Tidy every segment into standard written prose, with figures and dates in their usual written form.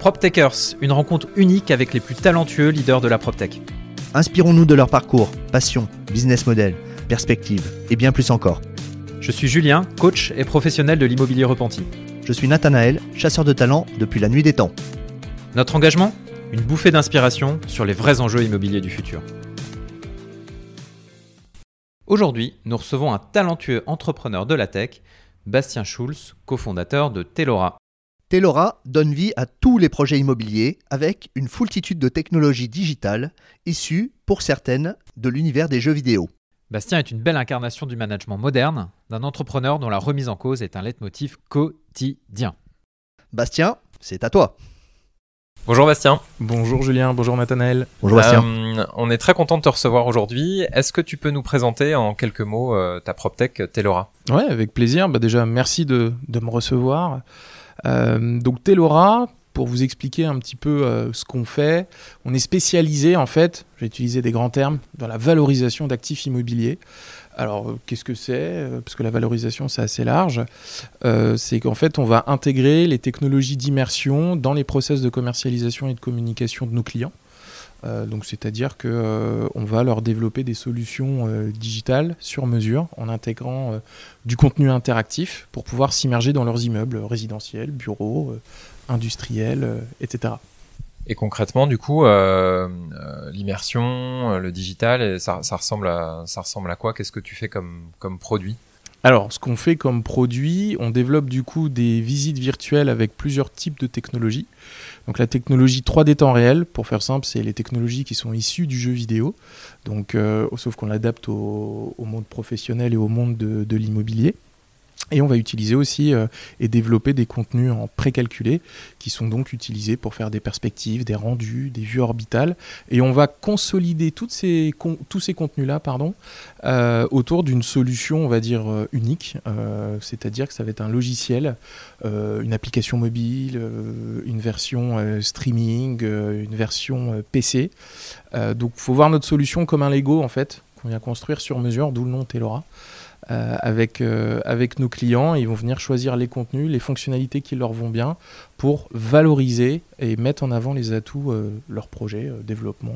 PropTechers, une rencontre unique avec les plus talentueux leaders de la PropTech. Inspirons-nous de leur parcours, passion, business model, perspective et bien plus encore. Je suis Julien, coach et professionnel de l'immobilier repenti. Je suis Nathanaël, chasseur de talent depuis la nuit des temps. Notre engagement ? Une bouffée d'inspiration sur les vrais enjeux immobiliers du futur. Aujourd'hui, nous recevons un talentueux entrepreneur de la tech, Bastien Schulz, cofondateur de Telora. Telora donne vie à tous les projets immobiliers avec une foultitude de technologies digitales issues, pour certaines, de l'univers des jeux vidéo. Bastien est une belle incarnation du management moderne, d'un entrepreneur dont la remise en cause est un leitmotiv quotidien. Bastien, c'est à toi. Bonjour Bastien. Bonjour Julien, bonjour Nathanaël. Bonjour Bastien. On est très content de te recevoir aujourd'hui. Est-ce que tu peux nous présenter en quelques mots ta PropTech Telora ? Ouais, avec plaisir. Déjà, merci de me recevoir. Donc Telora, pour vous expliquer un petit peu ce qu'on fait, on est spécialisé en fait, j'ai utilisé des grands termes, dans la valorisation d'actifs immobiliers. Alors, qu'est-ce que c'est ? Parce que la valorisation, c'est assez large. C'est qu'en fait, on va intégrer les technologies d'immersion dans les process de commercialisation et de communication de nos clients. Donc, c'est-à-dire qu'on va leur développer des solutions digitales sur mesure en intégrant du contenu interactif pour pouvoir s'immerger dans leurs immeubles résidentiels, bureaux, industriels, etc. Et concrètement, du coup, l'immersion, le digital, ça ressemble à quoi ? Qu'est-ce que tu fais comme produit ? Alors, ce qu'on fait comme produit, on développe du coup des visites virtuelles avec plusieurs types de technologies. Donc la technologie 3D temps réel, pour faire simple, c'est les technologies qui sont issues du jeu vidéo, donc, sauf qu'on l'adapte au monde professionnel et au monde de l'immobilier. Et on va utiliser aussi et développer des contenus en précalculé qui sont donc utilisés pour faire des perspectives, des rendus, des vues orbitales. Et on va consolider tous ces contenus-là autour d'une solution, on va dire, unique. C'est-à-dire que ça va être un logiciel, une application mobile, une version streaming, une version PC. Donc il faut voir notre solution comme un Lego en fait, qu'on vient construire sur mesure, d'où le nom Telora. Avec nos clients, ils vont venir choisir les contenus, les fonctionnalités qui leur vont bien pour valoriser et mettre en avant les atouts de leur projet, développement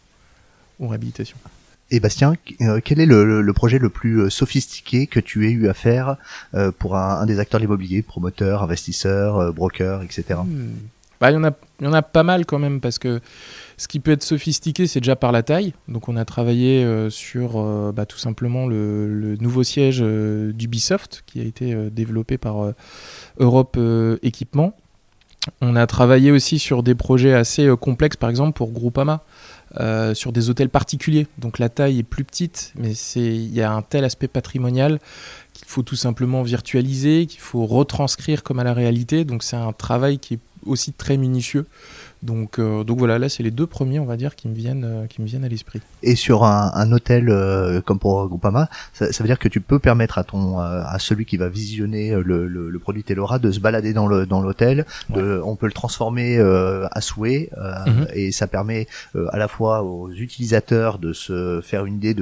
ou réhabilitation. Et Bastien, quel est le projet le plus sophistiqué que tu aies eu à faire pour un des acteurs de l'immobilier, promoteur, investisseur, broker, etc. Il y en a pas mal quand même, parce que ce qui peut être sophistiqué, c'est déjà par la taille. Donc on a travaillé sur tout simplement le nouveau siège d'Ubisoft qui a été développé par Europe Équipement. On a travaillé aussi sur des projets assez complexes, par exemple pour Groupama, sur des hôtels particuliers. Donc la taille est plus petite, mais il y a un tel aspect patrimonial qu'il faut tout simplement virtualiser, qu'il faut retranscrire comme à la réalité. Donc c'est un travail qui est aussi très minutieux. Donc voilà, là c'est les deux premiers, on va dire, qui me viennent à l'esprit. Et sur un hôtel comme pour Groupama, ça veut dire que tu peux permettre à celui qui va visionner le produit Telora de se balader dans l'hôtel. Ouais. On peut le transformer à souhait et ça permet à la fois aux utilisateurs de se faire une idée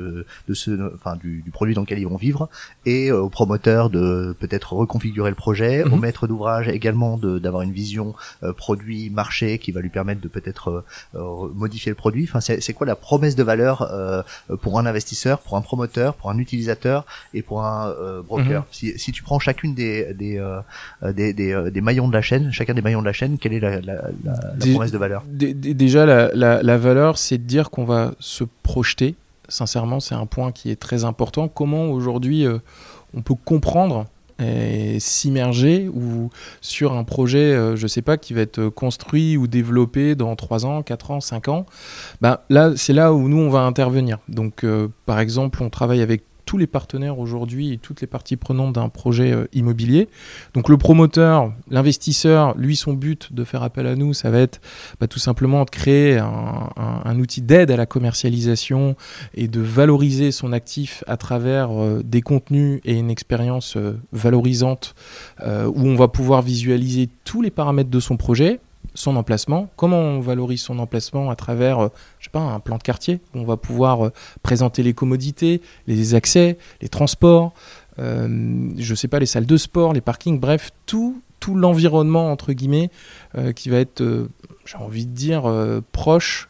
du produit dans lequel ils vont vivre, et aux promoteurs de peut-être reconfigurer le projet, aux maîtres d'ouvrage également d'avoir une vision produit marché qui va lui permettre de peut-être modifier le produit. Enfin, c'est quoi la promesse de valeur pour un investisseur, pour un promoteur, pour un utilisateur et pour un broker ? Si tu prends chacune des maillons de la chaîne, chacun des maillons de la chaîne, quelle est la promesse de valeur ? Déjà, la valeur, c'est de dire qu'on va se projeter. Sincèrement, c'est un point qui est très important. Comment aujourd'hui on peut comprendre et s'immerger ou sur un projet, je sais pas, qui va être construit ou développé dans 3 ans, 4 ans, 5 ans, là, c'est là où nous, on va intervenir. Donc, par exemple, on travaille avec tous les partenaires aujourd'hui et toutes les parties prenantes d'un projet immobilier. Donc le promoteur, l'investisseur, lui, son but de faire appel à nous, ça va être tout simplement de créer un outil d'aide à la commercialisation et de valoriser son actif à travers des contenus et une expérience valorisante où on va pouvoir visualiser tous les paramètres de son projet, son emplacement, comment on valorise son emplacement à travers, un plan de quartier, où on va pouvoir présenter les commodités, les accès, les transports, je sais pas, les salles de sport, les parkings, bref, tout l'environnement, entre guillemets, qui va être, j'ai envie de dire, proche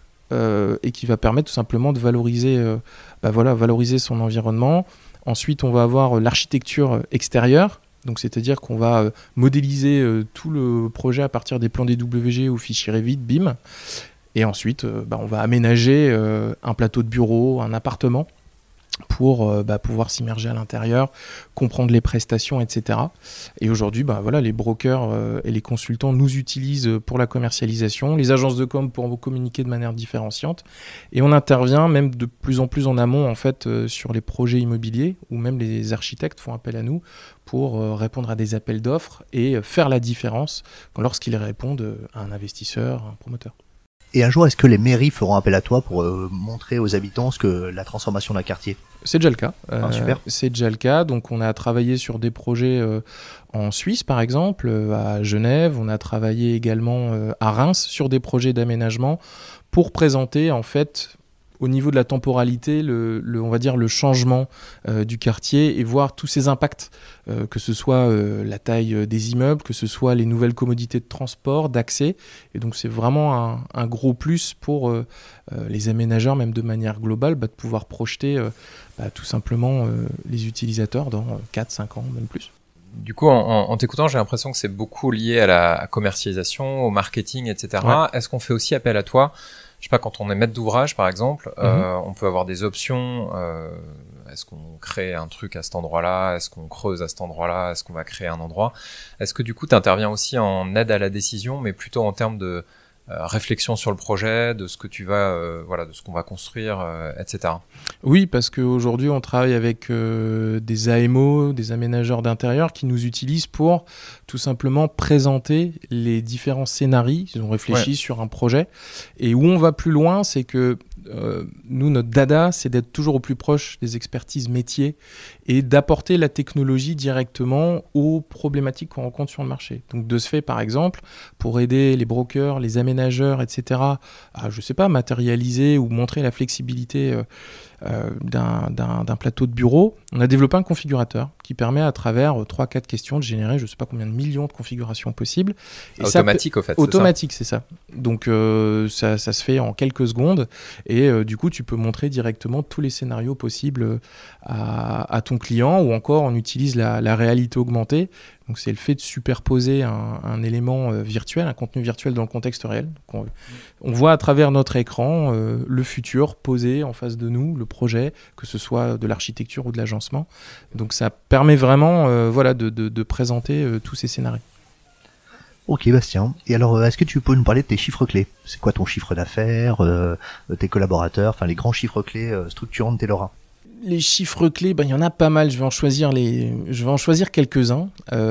et qui va permettre tout simplement de valoriser, valoriser son environnement. Ensuite, on va avoir l'architecture extérieure. Donc, c'est-à-dire qu'on va modéliser tout le projet à partir des plans DWG ou fichiers Revit, BIM. Et ensuite, on va aménager un plateau de bureau, un appartement pour pouvoir s'immerger à l'intérieur, comprendre les prestations, etc. Et aujourd'hui, les brokers et les consultants nous utilisent pour la commercialisation, les agences de com pour communiquer de manière différenciante. Et on intervient même de plus en plus en amont en fait, sur les projets immobiliers, où même les architectes font appel à nous pour répondre à des appels d'offres et faire la différence lorsqu'ils répondent à un investisseur, à un promoteur. Et un jour, est-ce que les mairies feront appel à toi pour montrer aux habitants ce que la transformation d'un quartier ? C'est déjà le cas. Super. C'est déjà le cas. Donc, on a travaillé sur des projets en Suisse, par exemple, à Genève. On a travaillé également à Reims sur des projets d'aménagement pour présenter, en fait, au niveau de la temporalité, on va dire le changement du quartier et voir tous ces impacts, que ce soit la taille des immeubles, que ce soit les nouvelles commodités de transport, d'accès. Et donc c'est vraiment un gros plus pour les aménageurs, même de manière globale, de pouvoir projeter tout simplement les utilisateurs dans 4-5 ans, même plus. Du coup, en t'écoutant, j'ai l'impression que c'est beaucoup lié à la commercialisation, au marketing, etc. Ouais. Est-ce qu'on fait aussi appel à toi ? Je sais pas, quand on est maître d'ouvrage, par exemple, on peut avoir des options. Est-ce qu'on crée un truc à cet endroit-là ? Est-ce qu'on creuse à cet endroit-là ? Est-ce qu'on va créer un endroit ? Est-ce que du coup, tu interviens aussi en aide à la décision, mais plutôt en termes de réflexion sur le projet, de ce que tu vas, de ce qu'on va construire, etc. Oui, parce qu'aujourd'hui, on travaille avec des AMO, des aménageurs d'intérieur qui nous utilisent pour tout simplement présenter les différents scénarios. Ils ont réfléchi sur un projet. Et où on va plus loin, c'est que nous, notre dada, c'est d'être toujours au plus proche des expertises métiers et d'apporter la technologie directement aux problématiques qu'on rencontre sur le marché. Donc, de ce fait, par exemple, pour aider les brokers, les aménageurs, etc., à, je sais pas, matérialiser ou montrer la flexibilité d'un plateau de bureau, on a développé un configurateur qui permet à travers 3-4 questions de générer je ne sais pas combien de millions de configurations possibles. Et automatique au fait. Automatique, c'est ça. Donc ça se fait en quelques secondes et du coup tu peux montrer directement tous les scénarios possibles à ton client ou encore on utilise la réalité augmentée. Donc c'est le fait de superposer un élément virtuel, un contenu virtuel dans le contexte réel. Donc on voit à travers notre écran le futur posé en face de nous, le projet, que ce soit de l'architecture ou de l'agencement. Donc ça permet vraiment de présenter tous ces scénarios. Ok Bastien. Et alors est-ce que tu peux nous parler de tes chiffres clés ? C'est quoi ton chiffre d'affaires, tes collaborateurs, enfin les grands chiffres clés structurants de Tailora ? Les chiffres clés, il y en a pas mal. Je vais en choisir quelques-uns.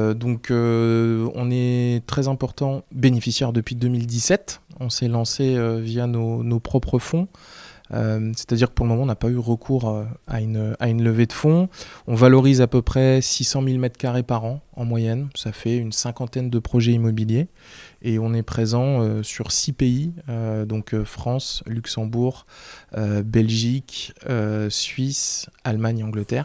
On est très important bénéficiaire depuis 2017. On s'est lancé via nos propres fonds. C'est-à-dire que pour le moment, on n'a pas eu recours à une levée de fonds. On valorise à peu près 600 000 m² par an en moyenne. Ça fait une 50aine de projets immobiliers. Et on est présent sur 6 pays, France, Luxembourg, Belgique, Suisse, Allemagne et Angleterre.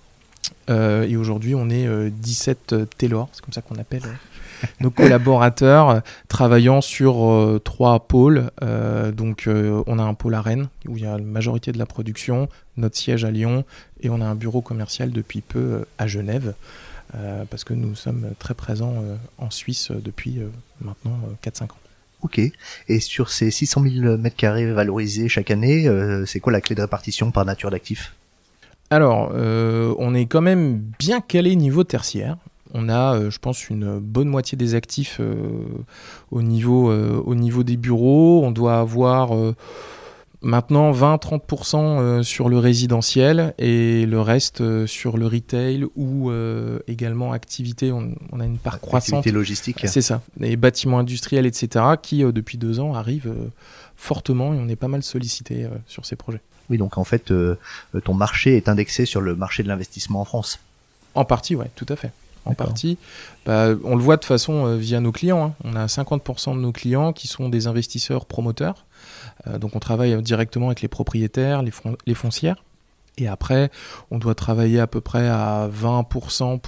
Et aujourd'hui, on est 17 Tailor, c'est comme ça qu'on appelle nos collaborateurs, travaillant sur 3 pôles. On a un pôle à Rennes, où il y a la majorité de la production, notre siège à Lyon, et on a un bureau commercial depuis peu à Genève. Parce que nous sommes très présents en Suisse depuis maintenant 4-5 ans. Ok. Et sur ces 600 000 m² valorisés chaque année, c'est quoi la clé de répartition par nature d'actifs ? Alors, on est quand même bien calé niveau tertiaire. On a, je pense, une bonne moitié des actifs au niveau des bureaux. On doit avoir... Maintenant, 20-30% sur le résidentiel et le reste sur le retail ou également activité. On a une part croissante. Activité logistique. C'est ça. Les bâtiments industriels, etc. qui, depuis 2 ans, arrivent fortement et on est pas mal sollicité sur ces projets. Oui, donc en fait, ton marché est indexé sur le marché de l'investissement en France. En partie, oui, tout à fait. En partie. On le voit de façon via nos clients. On a 50% de nos clients qui sont des investisseurs promoteurs. Donc on travaille directement avec les propriétaires, les foncières. Et après, on doit travailler à peu près à 20%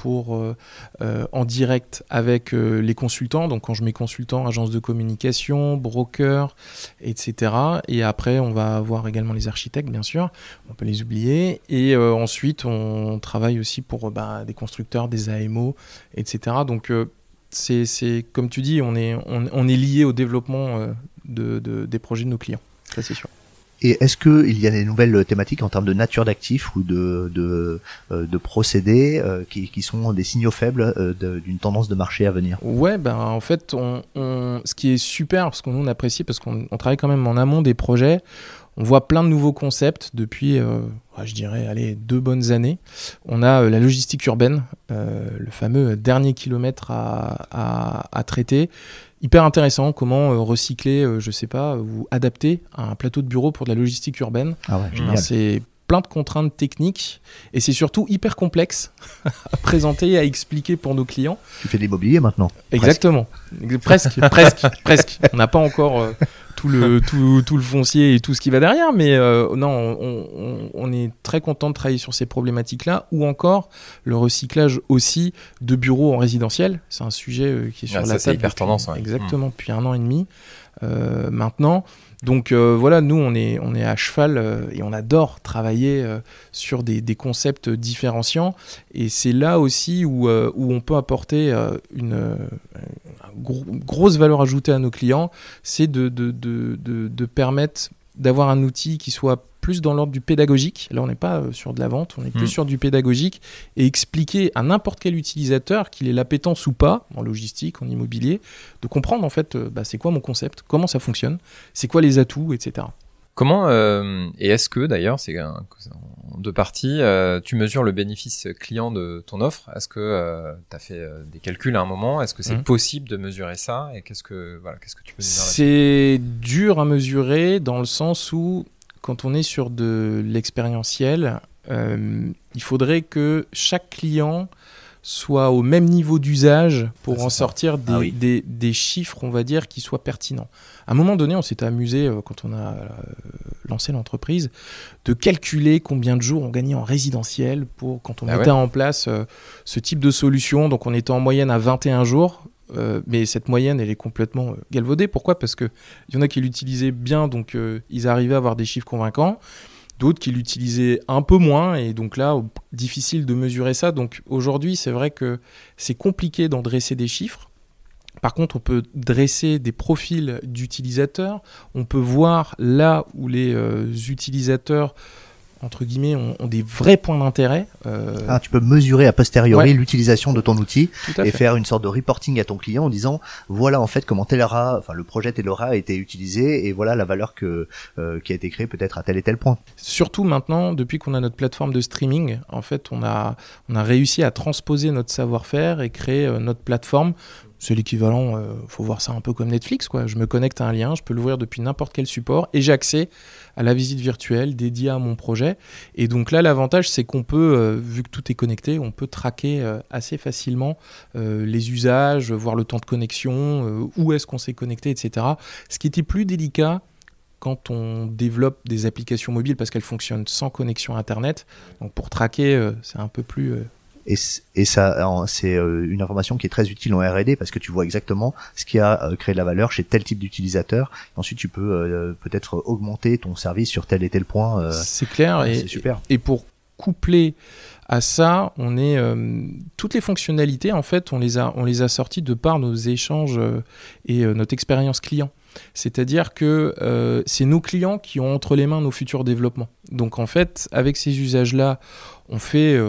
en direct avec les consultants. Donc quand je mets consultants, agence de communication, broker, etc. Et après, on va avoir également les architectes, bien sûr. On peut les oublier. Et ensuite, on travaille aussi pour des constructeurs, des AMO, etc. Donc c'est comme tu dis, on est lié au développement des projets de nos clients. Ça, c'est sûr. Et est-ce qu'il y a des nouvelles thématiques en termes de nature d'actifs ou de procédés qui sont des signaux faibles d'une tendance de marché à venir? Ouais, en fait, ce qui est super, parce qu'on apprécie, parce qu'on travaille quand même en amont des projets, on voit plein de nouveaux concepts depuis, je dirais, 2 bonnes années. On a la logistique urbaine, le fameux dernier kilomètre à traiter. Hyper intéressant, comment recycler, ou adapter un plateau de bureau pour de la logistique urbaine. Ah ouais, génial. C'est plein de contraintes techniques et c'est surtout hyper complexe à présenter et à expliquer pour nos clients. Tu fais de l'immobilier maintenant? Exactement. Presque. On n'a pas encore tout le foncier et tout ce qui va derrière, mais on est très content de travailler sur ces problématiques-là, ou encore le recyclage aussi de bureaux en résidentiel. C'est un sujet qui est sur la table. C'est hyper tendance. Ouais. Exactement, depuis 1 an et demi maintenant. Donc voilà, nous on est à cheval et on adore travailler sur des concepts différenciants, et c'est là aussi où on peut apporter une grosse valeur ajoutée à nos clients, c'est de permettre d'avoir un outil qui soit plus dans l'ordre du pédagogique. Là, on n'est pas sur de la vente, on est plus sur du pédagogique, et expliquer à n'importe quel utilisateur, qu'il ait l'appétence ou pas, en logistique, en immobilier, de comprendre en fait c'est quoi mon concept, comment ça fonctionne, c'est quoi les atouts, etc. Comment, et est-ce que d'ailleurs, c'est en 2 parties, tu mesures le bénéfice client de ton offre? Est-ce que tu as fait des calculs à un moment? Est-ce que c'est possible de mesurer ça? Et qu'est-ce que tu peux dire là-dessus? C'est dur à mesurer dans le sens où, quand on est sur de l'expérientiel, il faudrait que chaque client soit au même niveau d'usage pour en sortir des chiffres, on va dire, qui soient pertinents. À un moment donné, on s'était amusé, quand on a lancé l'entreprise, de calculer combien de jours on gagnait en résidentiel quand on mettait en place ce type de solution. Donc on était en moyenne à 21 jours. Mais cette moyenne, elle est complètement galvaudée. Pourquoi ? Parce qu'il y en a qui l'utilisaient bien, donc ils arrivaient à avoir des chiffres convaincants. D'autres qui l'utilisaient un peu moins, et donc là, difficile de mesurer ça. Donc aujourd'hui, c'est vrai que c'est compliqué d'en dresser des chiffres. Par contre, on peut dresser des profils d'utilisateurs. On peut voir là où les utilisateurs, entre guillemets, ont des vrais points d'intérêt. Tu peux mesurer a posteriori l'utilisation de ton outil et faire une sorte de reporting à ton client en disant voilà en fait comment le projet Telora a été utilisé, et voilà la valeur qui a été créée peut-être à tel et tel point. Surtout maintenant, depuis qu'on a notre plateforme de streaming, en fait, on a réussi à transposer notre savoir-faire et créer notre plateforme. C'est l'équivalent, faut voir ça un peu comme Netflix, quoi. Je me connecte à un lien, je peux l'ouvrir depuis n'importe quel support et j'ai accès à la visite virtuelle dédiée à mon projet. Et donc là, l'avantage, c'est qu'on peut, vu que tout est connecté, on peut traquer assez facilement les usages, voir le temps de connexion, où est-ce qu'on s'est connecté, etc. Ce qui était plus délicat quand on développe des applications mobiles parce qu'elles fonctionnent sans connexion Internet. Donc pour traquer, c'est un peu plus... Et ça, c'est une information qui est très utile en R&D parce que tu vois exactement ce qui a créé de la valeur chez tel type d'utilisateur. Ensuite, tu peux peut-être augmenter ton service sur tel et tel point. C'est clair. C'est super. Et pour coupler à ça, toutes les fonctionnalités, en fait, on les a sorties de par nos échanges et notre expérience client. C'est-à-dire que c'est nos clients qui ont entre les mains nos futurs développements. Donc en fait, avec ces usages-là, on fait,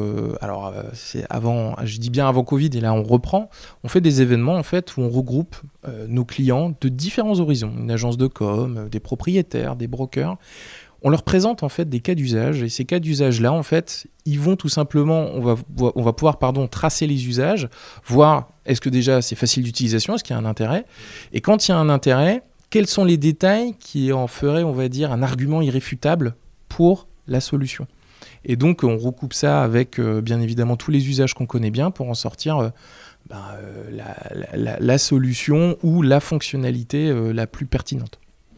c'est avant, je dis bien avant Covid, et là on reprend, on fait des événements en fait où on regroupe nos clients de différents horizons, une agence de com, des propriétaires, des brokers. On leur présente en fait des cas d'usage, et ces cas d'usage-là, en fait, ils vont tout simplement, on va pouvoir tracer les usages, voir est-ce que déjà c'est facile d'utilisation, est-ce qu'il y a un intérêt, et quand il y a un intérêt, quels sont les détails qui en feraient, on va dire, un argument irréfutable pour la solution. Et donc, on recoupe ça avec, bien évidemment, tous les usages qu'on connaît bien pour en sortir la solution ou la fonctionnalité la plus pertinente.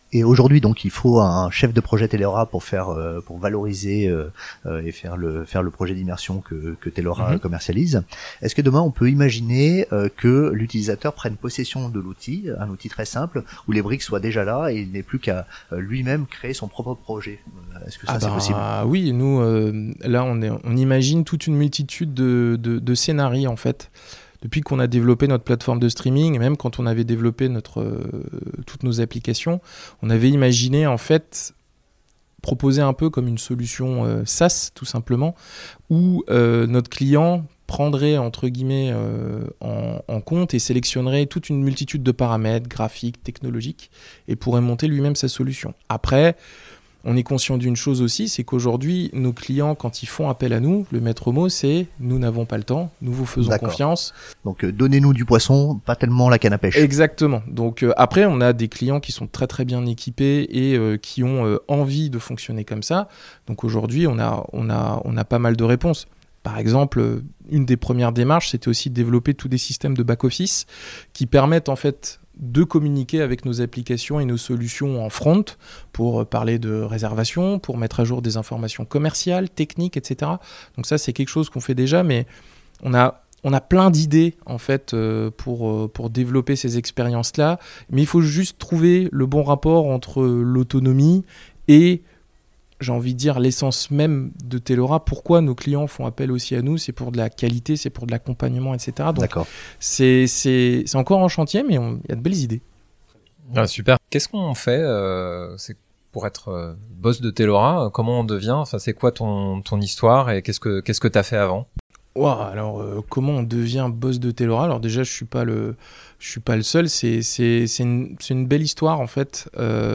Et aujourd'hui, donc, il faut un chef de projet Telora pour pour valoriser et faire le projet d'immersion que Telora commercialise. Est-ce que demain, on peut imaginer que l'utilisateur prenne possession de l'outil, un outil très simple, où les briques soient déjà là et il n'ait plus qu'à lui-même créer son propre projet? Est-ce que ça c'est possible? Oui, nous, là, on imagine toute une multitude de scénarios en fait. Depuis qu'on a développé notre plateforme de streaming, et même quand on avait développé toutes nos applications, on avait imaginé en fait proposer un peu comme une solution SaaS tout simplement, où notre client prendrait entre guillemets en compte et sélectionnerait toute une multitude de paramètres graphiques, technologiques, et pourrait monter lui-même sa solution. Après, on est conscient d'une chose aussi, c'est qu'aujourd'hui, nos clients, quand ils font appel à nous, le maître mot, c'est « nous n'avons pas le temps, nous vous faisons confiance ». Donc, donnez-nous du poisson, pas tellement la canne à pêche. Exactement. Donc, après, on a des clients qui sont très très bien équipés et qui ont envie de fonctionner comme ça. Donc, aujourd'hui, on a pas mal de réponses. Par exemple, une des premières démarches, c'était aussi de développer tous des systèmes de back-office qui permettent en fait de communiquer avec nos applications et nos solutions en front pour parler de réservation, pour mettre à jour des informations commerciales, techniques, etc. Donc ça, c'est quelque chose qu'on fait déjà, mais on a plein d'idées en fait pour développer ces expériences-là. Mais il faut juste trouver le bon rapport entre l'autonomie et, j'ai envie de dire, l'essence même de Telora. Pourquoi nos clients font appel aussi à nous? C'est pour de la qualité, c'est pour de l'accompagnement, etc. Donc, d'accord. C'est encore en chantier, mais il y a de belles idées. Ah, super. Qu'est-ce qu'on fait c'est pour être boss de Telora? Comment on devient? Enfin, c'est quoi ton histoire et qu'est-ce que tu as fait avant? Alors, comment on devient boss de Telora? Alors déjà, je suis pas le seul. C'est une belle histoire en fait.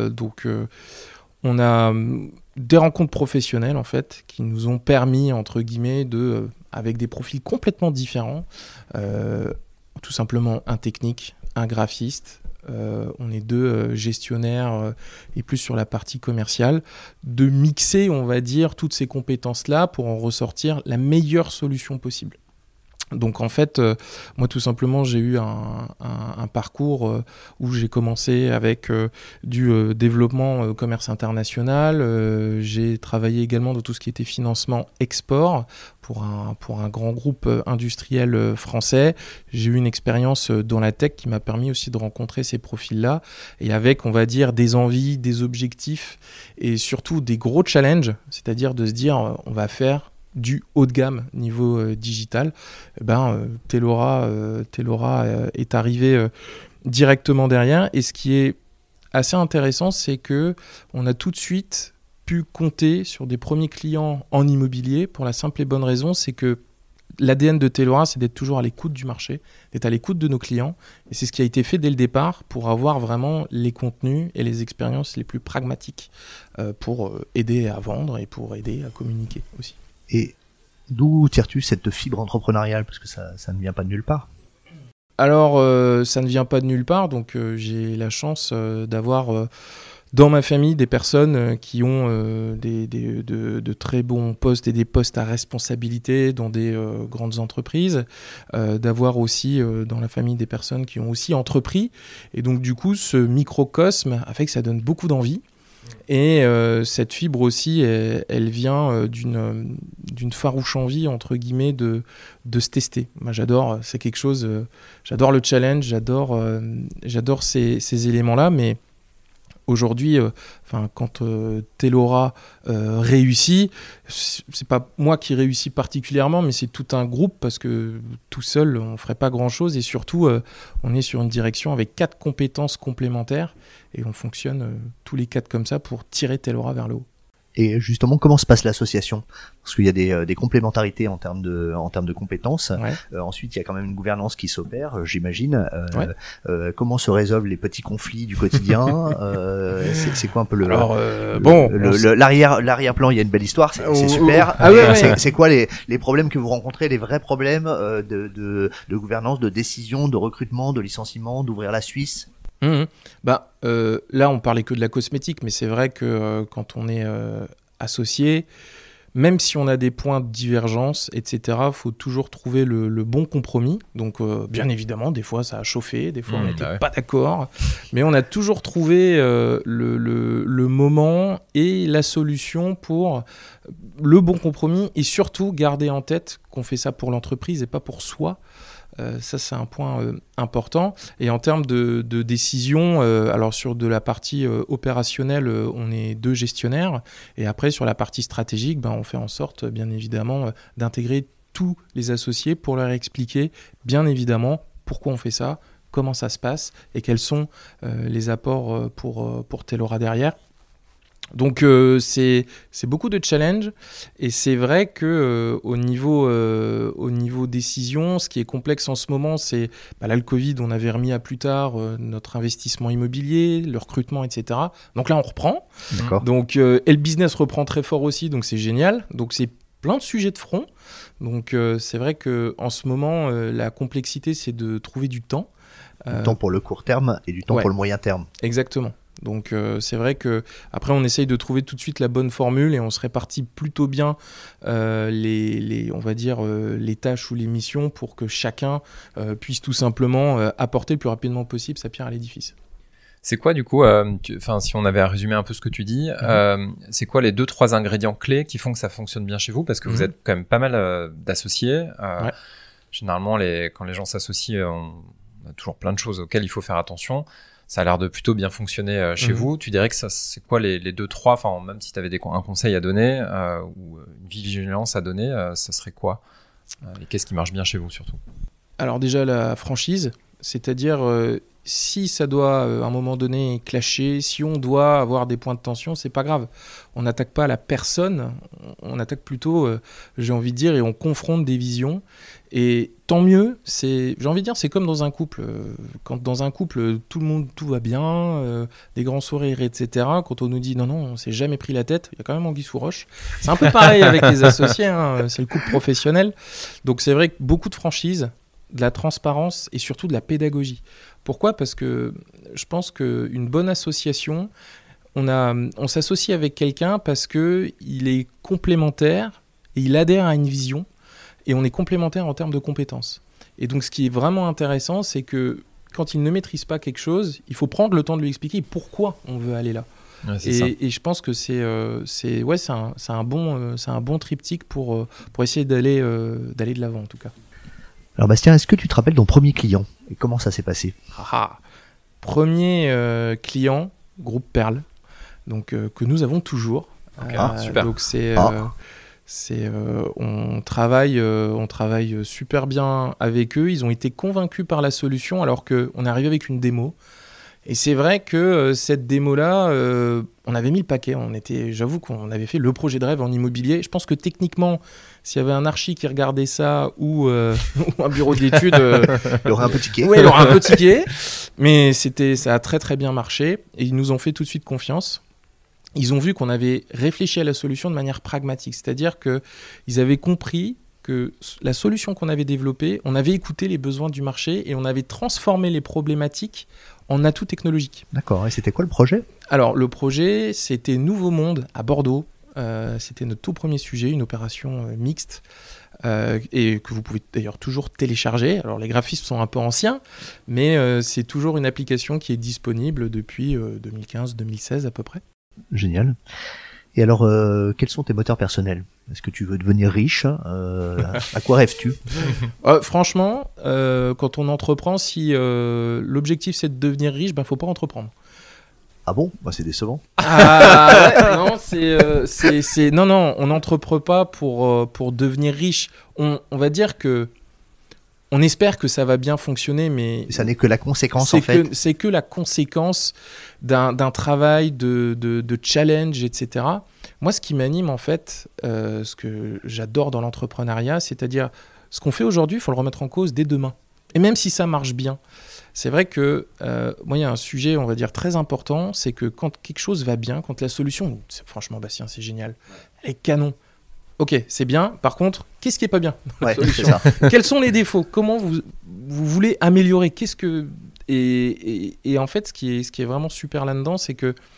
On a des rencontres professionnelles en fait qui nous ont permis entre guillemets avec des profils complètement différents, tout simplement un technique, un graphiste, on est deux gestionnaires et plus sur la partie commerciale, de mixer on va dire toutes ces compétences là pour en ressortir la meilleure solution possible. Donc en fait, moi tout simplement j'ai eu un parcours où j'ai commencé avec du développement commerce international, j'ai travaillé également dans tout ce qui était financement export pour un grand groupe industriel français. J'ai eu une expérience dans la tech qui m'a permis aussi de rencontrer ces profils-là et avec on va dire des envies, des objectifs et surtout des gros challenges, c'est-à-dire de se dire on va faire du haut de gamme niveau digital, Telora est arrivé directement derrière. Et ce qui est assez intéressant, c'est que on a tout de suite pu compter sur des premiers clients en immobilier pour la simple et bonne raison, c'est que l'ADN de Telora, c'est d'être toujours à l'écoute du marché, d'être à l'écoute de nos clients. Et c'est ce qui a été fait dès le départ pour avoir vraiment les contenus et les expériences les plus pragmatiques pour aider à vendre et pour aider à communiquer aussi. Et d'où tires-tu cette fibre entrepreneuriale? Parce que ça ne vient pas de nulle part. Alors, ça ne vient pas de nulle part. Donc, j'ai la chance d'avoir dans ma famille des personnes qui ont de très bons postes et des postes à responsabilité dans des grandes entreprises. D'avoir aussi dans la famille des personnes qui ont aussi entrepris. Et donc, du coup, ce microcosme a fait que ça donne beaucoup d'envie. Et cette fibre aussi, elle vient d'une farouche envie, entre guillemets, de se tester. Moi, j'adore, c'est quelque chose, j'adore le challenge, j'adore ces éléments-là, mais aujourd'hui, quand Telora réussit, c'est pas moi qui réussis particulièrement, mais c'est tout un groupe parce que tout seul, on ferait pas grand-chose et surtout, on est sur une direction avec 4 compétences complémentaires et on fonctionne tous les 4 comme ça pour tirer Telora vers le haut. Et justement, comment se passe l'association? Parce qu'il y a des complémentarités en termes de compétences. Ouais. Ensuite, il y a quand même une gouvernance qui s'opère, j'imagine. Ouais. Comment se résolvent les petits conflits du quotidien? C'est quoi un peu l'arrière-plan? Il y a une belle histoire, c'est super. C'est quoi les problèmes que vous rencontrez, les vrais problèmes de gouvernance, de décision, de recrutement, de licenciement, d'ouvrir la Suisse? Là, on parlait que de la cosmétique, mais c'est vrai que quand on est associé, même si on a des points de divergence, etc., il faut toujours trouver le bon compromis. Donc, bien évidemment, des fois, ça a chauffé, des fois, on n'était pas d'accord. Mais on a toujours trouvé le moment et la solution pour le bon compromis. Et surtout, garder en tête qu'on fait ça pour l'entreprise et pas pour soi. Ça, c'est un point important. Et en termes de décision, alors sur de la partie opérationnelle, on est 2 gestionnaires. Et après, sur la partie stratégique, on fait en sorte, bien évidemment, d'intégrer tous les associés pour leur expliquer, bien évidemment, pourquoi on fait ça, comment ça se passe et quels sont les apports pour Telora derrière. Donc c'est beaucoup de challenges et c'est vrai que au niveau décision, ce qui est complexe en ce moment, c'est là le Covid, on avait remis à plus tard notre investissement immobilier, le recrutement, etc. Donc là on reprend. D'accord. Donc et le business reprend très fort aussi, donc c'est génial. Donc c'est plein de sujets de front. Donc c'est vrai que en ce moment la complexité c'est de trouver du temps. Du temps pour le court terme et du temps pour le moyen terme. Exactement. Donc c'est vrai que après on essaye de trouver tout de suite la bonne formule et on se répartit plutôt bien on va dire les tâches ou les missions pour que chacun puisse tout simplement apporter le plus rapidement possible sa pierre à l'édifice. C'est quoi du coup, si on avait à résumer un peu ce que tu dis, c'est quoi les 2-3 ingrédients clés qui font que ça fonctionne bien chez vous? Parce que vous êtes quand même pas mal d'associés. Généralement, quand les gens s'associent, on a toujours plein de choses auxquelles il faut faire attention. Ça a l'air de plutôt bien fonctionner chez vous. Tu dirais que ça, c'est quoi les 2-3, enfin même si tu avais un conseil à donner ou une vigilance à donner, ça serait quoi et qu'est-ce qui marche bien chez vous surtout? Alors déjà la franchise, c'est-à-dire si ça doit à un moment donné clasher, si on doit avoir des points de tension, c'est pas grave. On n'attaque pas la personne, on attaque plutôt, j'ai envie de dire, et on confronte des visions. Et tant mieux, j'ai envie de dire, c'est comme dans un couple. Quand dans un couple, tout va bien, des grands sourires, etc. Quand on nous dit non, on s'est jamais pris la tête, il y a quand même anguille sous roche. C'est un peu pareil avec les associés, c'est le couple professionnel. Donc c'est vrai que beaucoup de franchise, de la transparence et surtout de la pédagogie. Pourquoi ? Parce que je pense qu'une bonne association, on s'associe avec quelqu'un parce qu'il est complémentaire et il adhère à une vision et on est complémentaire en termes de compétences. Et donc ce qui est vraiment intéressant, c'est que quand il ne maîtrise pas quelque chose, il faut prendre le temps de lui expliquer pourquoi on veut aller là. Ouais, et je pense que c'est un bon triptyque pour essayer d'aller de l'avant en tout cas. Alors Bastien, est-ce que tu te rappelles ton premier client et comment ça s'est passé ? Premier client, groupe Perle, donc que nous avons toujours. Super. Donc on travaille super bien avec eux. Ils ont été convaincus par la solution alors qu'on est arrivé avec une démo. Et c'est vrai que cette démo-là, on avait mis le paquet. J'avoue qu'on avait fait le projet de rêve en immobilier. Je pense que techniquement, s'il y avait un archi qui regardait ça ou un bureau d'études... il aurait un peu tiqué. Oui, il aurait un peu tiqué. Mais ça a très très bien marché. Et ils nous ont fait tout de suite confiance. Ils ont vu qu'on avait réfléchi à la solution de manière pragmatique. C'est-à-dire qu'ils avaient compris que la solution qu'on avait développée, on avait écouté les besoins du marché et on avait transformé les problématiques en atout technologique. D'accord, et c'était quoi le projet ? Alors le projet, c'était Nouveau Monde à Bordeaux. C'était notre tout premier sujet, une opération mixte et que vous pouvez d'ailleurs toujours télécharger. Alors les graphismes sont un peu anciens, mais c'est toujours une application qui est disponible depuis 2015-2016 à peu près. Génial. Et alors, quels sont tes moteurs personnels ? Est-ce que tu veux devenir riche ? À quoi rêves-tu ? Franchement, quand on entreprend, si l'objectif c'est de devenir riche, faut pas entreprendre. Ah bon ? C'est décevant. Non, non, on n'entreprend pas pour devenir riche. On va dire que on espère que ça va bien fonctionner, mais ça n'est que la conséquence en fait. C'est que la conséquence d'un travail de challenge, etc. Moi, ce qui m'anime en fait, ce que j'adore dans l'entrepreneuriat, c'est-à-dire ce qu'on fait aujourd'hui, il faut le remettre en cause dès demain. Et même si ça marche bien, c'est vrai que moi, il y a un sujet, on va dire, très important, c'est que quand quelque chose va bien, quand la solution, franchement, Bastien, c'est génial, elle est canon. Ok, c'est bien. Par contre, qu'est-ce qui est pas bien dans la solution ? Quels sont les défauts ? Comment vous voulez améliorer ? Et en fait, ce qui est vraiment super là-dedans, c'est que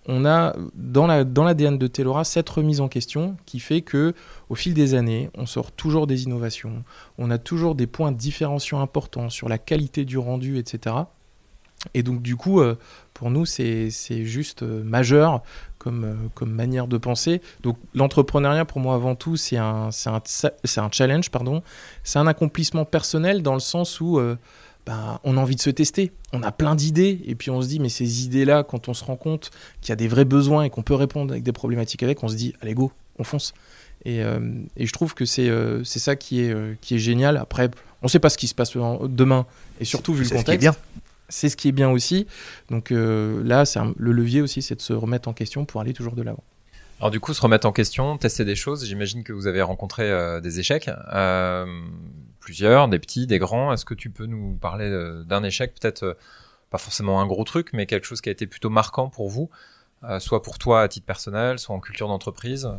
on a dans l'ADN de Telora cette remise en question qui fait que au fil des années, on sort toujours des innovations, on a toujours des points différenciants importants sur la qualité du rendu, etc. Et donc du coup, pour nous, c'est juste majeur comme manière de penser. Donc l'entrepreneuriat, pour moi, avant tout, c'est un challenge, pardon. C'est un accomplissement personnel dans le sens où on a envie de se tester. On a plein d'idées et puis on se dit, mais ces idées-là, quand on se rend compte qu'il y a des vrais besoins et qu'on peut répondre avec des problématiques avec, on se dit, allez go, on fonce. Et je trouve que c'est ça qui est génial. Après, on ne sait pas ce qui se passe demain et surtout vu le contexte. C'est ce qui est bien aussi. Donc là, le levier aussi, c'est de se remettre en question pour aller toujours de l'avant. Alors du coup, se remettre en question, tester des choses. J'imagine que vous avez rencontré des échecs, plusieurs, des petits, des grands. Est-ce que tu peux nous parler d'un échec, peut-être pas forcément un gros truc, mais quelque chose qui a été plutôt marquant pour vous, soit pour toi à titre personnel, soit en culture d'entreprise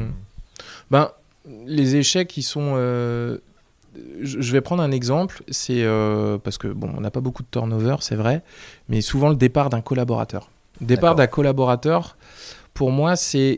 Les échecs, ils sont... Je vais prendre un exemple, c'est parce que on n'a pas beaucoup de turnover, c'est vrai, mais souvent le départ d'un collaborateur. D'un collaborateur, pour moi, c'est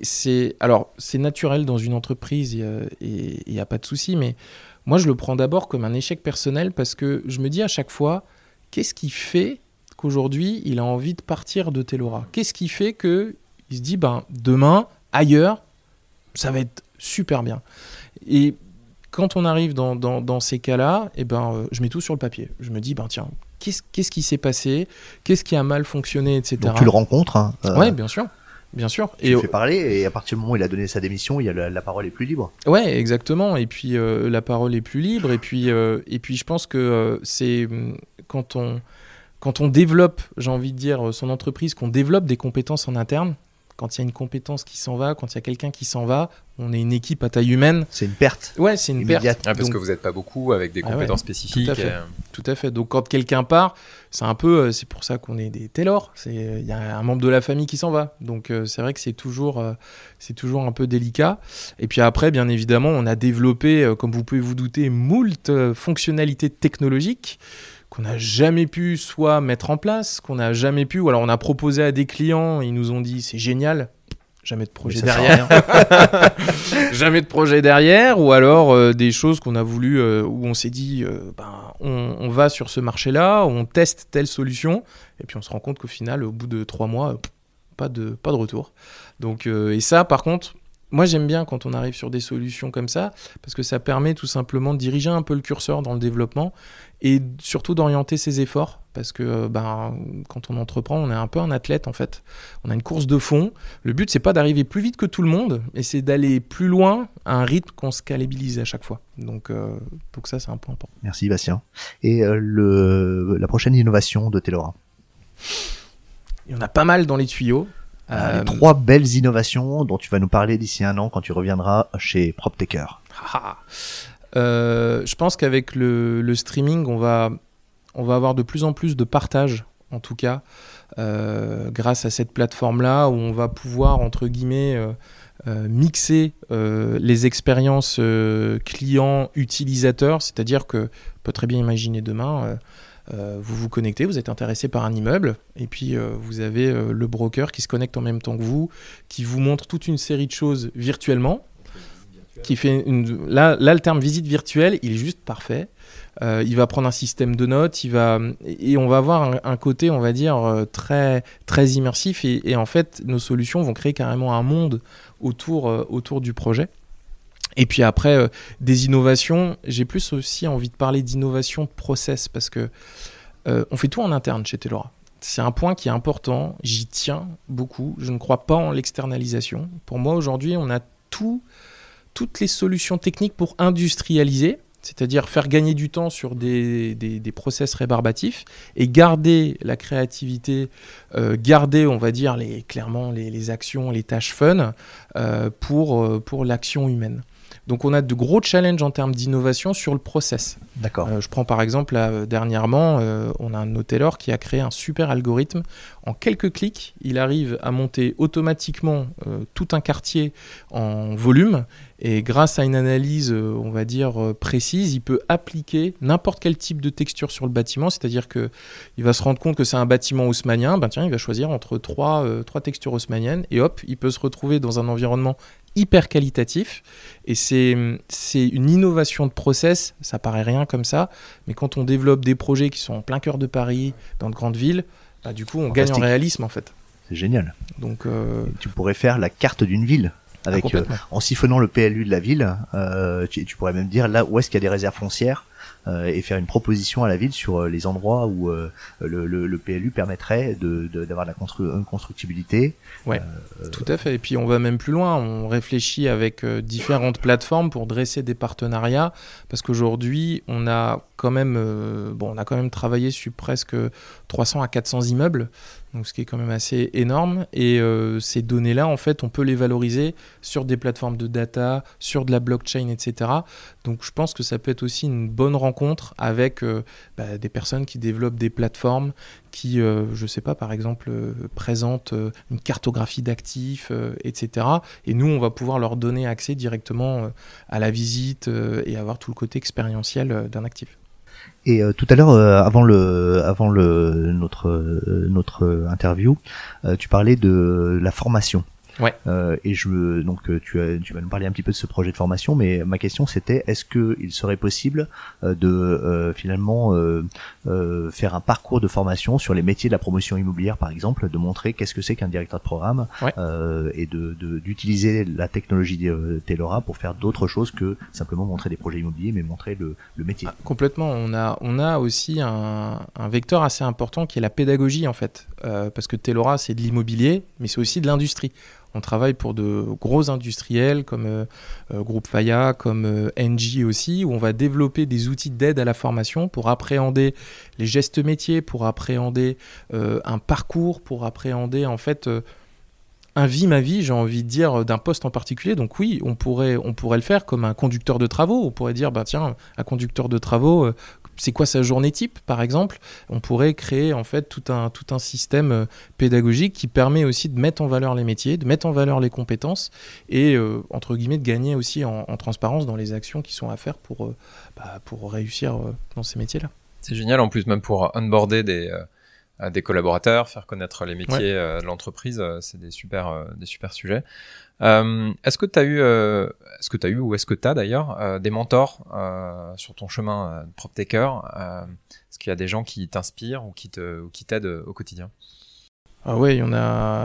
naturel dans une entreprise et il n'y a pas de souci, mais moi je le prends d'abord comme un échec personnel parce que je me dis à chaque fois, qu'est-ce qui fait qu'aujourd'hui il a envie de partir de Telora ? Qu'est-ce qui fait qu'il se dit, demain, ailleurs, ça va être super bien. Et quand on arrive dans ces cas-là, je mets tout sur le papier. Je me dis, tiens, qu'est-ce qui s'est passé ? Qu'est-ce qui a mal fonctionné, etc. Donc tu le rencontres. Oui, bien sûr. Tu le fais parler et à partir du moment où il a donné sa démission, il y a la parole est plus libre. Ouais, exactement. Et puis la parole est plus libre. Et puis je pense que c'est quand on développe, j'ai envie de dire, son entreprise, qu'on développe des compétences en interne. Quand il y a une compétence qui s'en va, quand il y a quelqu'un qui s'en va, on est une équipe à taille humaine. C'est une perte. Ouais, c'est une immédiate. perte. Parce que vous n'êtes pas beaucoup avec des compétences spécifiques. Tout à fait. Donc quand quelqu'un part, c'est c'est pour ça qu'on est des Taylor. Il y a un membre de la famille qui s'en va. Donc c'est vrai que c'est toujours un peu délicat. Et puis après, bien évidemment, on a développé, comme vous pouvez vous douter, moult fonctionnalités technologiques qu'on n'a jamais pu soit mettre en place, qu'on n'a jamais pu, ou alors on a proposé à des clients, ils nous ont dit c'est génial, jamais de projet derrière. Jamais de projet derrière, ou alors des choses qu'on a voulu, où on s'est dit on va sur ce marché-là, on teste telle solution, et puis on se rend compte qu'au final, au bout de 3 mois, pas de retour. Donc, et ça, par contre, moi j'aime bien quand on arrive sur des solutions comme ça, parce que ça permet tout simplement de diriger un peu le curseur dans le développement, et surtout d'orienter ses efforts, parce que quand on entreprend, on est un peu un athlète en fait. On a une course de fond. Le but, c'est pas d'arriver plus vite que tout le monde, mais c'est d'aller plus loin à un rythme qu'on scalabilise à chaque fois. Donc ça, c'est un point important. Merci Bastien. Et la prochaine innovation de Telora ? Il y en a pas mal dans les tuyaux. Les 3 belles innovations dont tu vas nous parler d'ici 1 an quand tu reviendras chez PropTaker. Je pense qu'avec le streaming, on va avoir de plus en plus de partage, en tout cas, grâce à cette plateforme-là, où on va pouvoir, entre guillemets, mixer les expériences clients-utilisateurs. C'est-à-dire que, on peut très bien imaginer demain, vous vous connectez, vous êtes intéressé par un immeuble, et puis vous avez le broker qui se connecte en même temps que vous, qui vous montre toute une série de choses virtuellement. Qui fait là, le terme visite virtuelle, il est juste parfait. Il va prendre un système de notes, et on va avoir un côté, on va dire, très, très immersif. Et en fait, nos solutions vont créer carrément un monde autour du projet. Et puis après, des innovations, j'ai plus aussi envie de parler d'innovation de process, parce que on fait tout en interne chez Telora. C'est un point qui est important, j'y tiens beaucoup. Je ne crois pas en l'externalisation. Pour moi, aujourd'hui, on a toutes les solutions techniques pour industrialiser, c'est-à-dire faire gagner du temps sur des process rébarbatifs et garder la créativité, garder, on va dire, clairement les actions, les tâches fun pour l'action humaine. Donc on a de gros challenges en termes d'innovation sur le process. D'accord. Je prends par exemple, dernièrement, on a un hôteleur qui a créé un super algorithme. En quelques clics, il arrive à monter automatiquement tout un quartier en volume Et grâce à une analyse, on va dire, précise, il peut appliquer n'importe quel type de texture sur le bâtiment. C'est-à-dire qu'il va se rendre compte que c'est un bâtiment haussmannien. Ben tiens, il va choisir entre trois textures haussmanniennes. Et hop, il peut se retrouver dans un environnement hyper qualitatif. Et c'est une innovation de process. Ça paraît rien comme ça. Mais quand on développe des projets qui sont en plein cœur de Paris, dans de grandes villes, bah, du coup, on gagne en réalisme, en fait. C'est génial. Donc, tu pourrais faire la carte d'une ville. Avec, en siphonnant le PLU de la ville, tu pourrais même dire là où est-ce qu'il y a des réserves foncières et faire une proposition à la ville sur les endroits où le PLU permettrait d'avoir une constructibilité. Ouais, tout à fait. Et puis on va même plus loin. On réfléchit avec différentes plateformes pour dresser des partenariats parce qu'aujourd'hui on a quand même travaillé sur presque 300 à 400 immeubles. Donc, ce qui est quand même assez énorme. Et ces données-là, en fait, on peut les valoriser sur des plateformes de data, sur de la blockchain, etc. Donc, je pense que ça peut être aussi une bonne rencontre avec des personnes qui développent des plateformes qui, je ne sais pas, par exemple, présentent une cartographie d'actifs, etc. Et nous, on va pouvoir leur donner accès directement à la visite et avoir tout le côté expérientiel d'un actif. Et tout à l'heure, avant notre interview, tu parlais de la formation. Ouais. Et tu vas nous parler un petit peu de ce projet de formation, mais ma question c'était est-ce que il serait possible de finalement faire un parcours de formation sur les métiers de la promotion immobilière, par exemple, de montrer qu'est-ce que c'est qu'un directeur de programme, ouais. Et d'utiliser la technologie Tailora pour faire d'autres choses que simplement montrer des projets immobiliers, mais montrer le métier. Ah, complètement. On a aussi un vecteur assez important qui est la pédagogie en fait, parce que Tailora c'est de l'immobilier, mais c'est aussi de l'industrie. On travaille pour de gros industriels comme Groupe Faya, comme Engie aussi, où on va développer des outils d'aide à la formation pour appréhender les gestes métiers, pour appréhender un parcours, pour appréhender en fait un ma vie, j'ai envie de dire, d'un poste en particulier. Donc oui, on pourrait le faire comme un conducteur de travaux. On pourrait dire, bah tiens, un conducteur de travaux, c'est quoi sa journée type, par exemple ? On pourrait créer en fait tout un système pédagogique qui permet aussi de mettre en valeur les métiers, de mettre en valeur les compétences et entre guillemets de gagner aussi en transparence dans les actions qui sont à faire pour réussir dans ces métiers-là. C'est génial en plus, même pour onboarder des collaborateurs, faire connaître les métiers de l'entreprise, c'est des super sujets. Est-ce que tu as eu ou est-ce que tu as d'ailleurs des mentors sur ton chemin de PropTaker? Est-ce qu'il y a des gens qui t'inspirent ou qui t'aident au quotidien? Ah ouais, il y en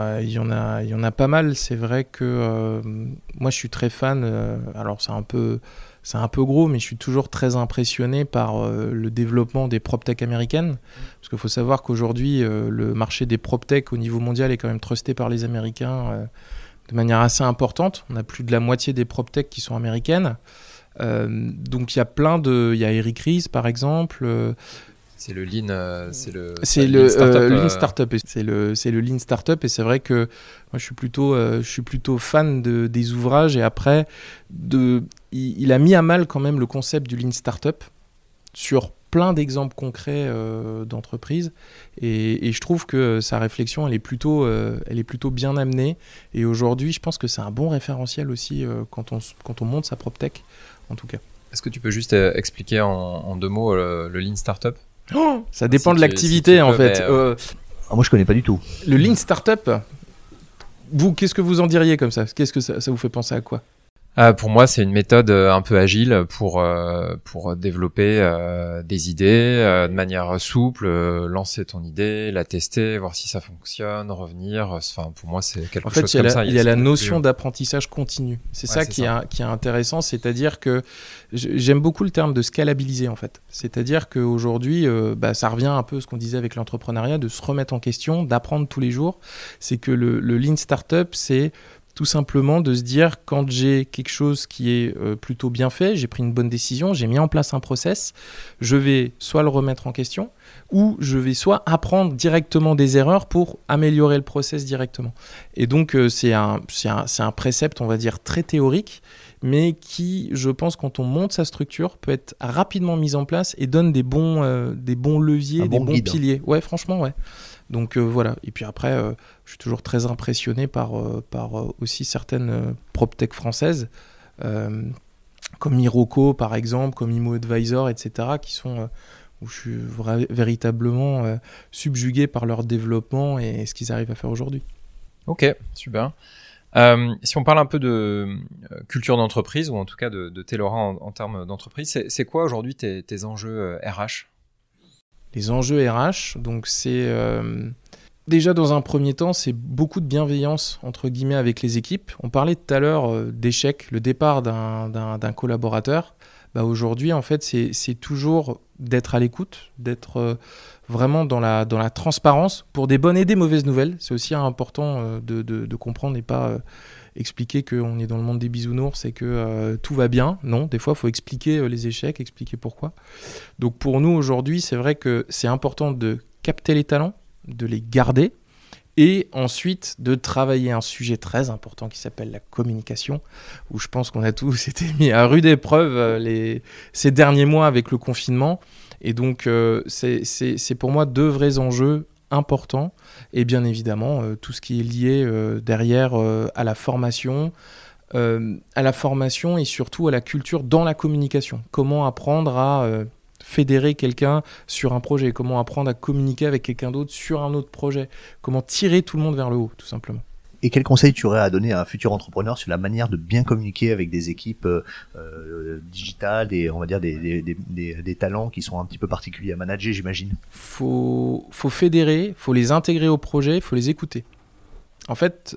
a pas mal. C'est vrai que moi je suis très fan. Alors c'est un peu gros, mais je suis toujours très impressionné par le développement des PropTech américaines. Parce qu'il faut savoir qu'aujourd'hui, le marché des PropTech au niveau mondial est quand même trusté par les Américains de manière assez importante. On a plus de la moitié des PropTech qui sont américaines. Donc il y a il y a Eric Ries par exemple. C'est le Lean, c'est le Lean Startup. C'est le Lean Startup et c'est vrai que moi je suis plutôt fan des ouvrages et après il a mis à mal quand même le concept du Lean Startup sur plein d'exemples concrets d'entreprises et je trouve que sa réflexion elle est plutôt bien amenée et aujourd'hui je pense que c'est un bon référentiel aussi quand on monte sa PropTech en tout cas. Est-ce que tu peux juste expliquer en deux mots le Lean Startup? Ça dépend de l'activité en fait. Moi je connais pas du tout. Le Lean Startup, vous qu'est-ce que vous en diriez comme ça? Qu'est-ce que ça vous fait penser à quoi? Pour moi, c'est une méthode un peu agile pour développer des idées de manière souple, lancer ton idée, la tester, voir si ça fonctionne, revenir. Enfin, pour moi, c'est quelque chose comme ça. Il y a la notion d'apprentissage continu. C'est ça qui est intéressant, c'est-à-dire que j'aime beaucoup le terme de scalabiliser en fait. C'est-à-dire qu'aujourd'hui, ça revient un peu à ce qu'on disait avec l'entrepreneuriat, de se remettre en question, d'apprendre tous les jours. C'est que le Lean Startup, c'est tout simplement de se dire, quand j'ai quelque chose qui est plutôt bien fait, j'ai pris une bonne décision, j'ai mis en place un process, je vais soit le remettre en question, ou je vais soit apprendre directement des erreurs pour améliorer le process directement. Et donc, c'est un précepte, on va dire, très théorique, mais qui, je pense, quand on monte sa structure, peut être rapidement mis en place et donne des bons leviers, des bons piliers. Ouais, franchement, ouais. Donc voilà, et puis après, je suis toujours très impressionné par aussi certaines PropTech françaises. comme Iroko par exemple, comme Imo Advisor, etc., qui sont où je suis véritablement subjugué par leur développement et ce qu'ils arrivent à faire aujourd'hui. Ok, super. Si on parle un peu de culture d'entreprise, ou en tout cas de Tailora en termes d'entreprise, c'est quoi aujourd'hui tes enjeux RH ? Les enjeux RH, donc c'est déjà dans un premier temps, c'est beaucoup de bienveillance entre guillemets avec les équipes. On parlait tout à l'heure d'échec, le départ d'un collaborateur. Bah aujourd'hui, en fait, c'est toujours d'être à l'écoute, d'être vraiment dans la transparence pour des bonnes et des mauvaises nouvelles. C'est aussi important de comprendre et pas expliquer qu'on est dans le monde des bisounours et que tout va bien. Non, des fois, il faut expliquer les échecs, expliquer pourquoi. Donc pour nous, aujourd'hui, c'est vrai que c'est important de capter les talents, de les garder et ensuite de travailler un sujet très important qui s'appelle la communication, où je pense qu'on a tous été mis à rude épreuve ces derniers mois avec le confinement. Et donc, c'est pour moi 2 vrais enjeux importants. Et bien évidemment, tout ce qui est lié derrière à la formation et surtout à la culture dans la communication. Comment apprendre à fédérer quelqu'un sur un projet, comment apprendre à communiquer avec quelqu'un d'autre sur un autre projet, comment tirer tout le monde vers le haut, tout simplement. Et quel conseil tu aurais à donner à un futur entrepreneur sur la manière de bien communiquer avec des équipes digitales et on va dire des talents qui sont un petit peu particuliers à manager, j'imagine? Faut fédérer, faut les intégrer au projet, faut les écouter. En fait,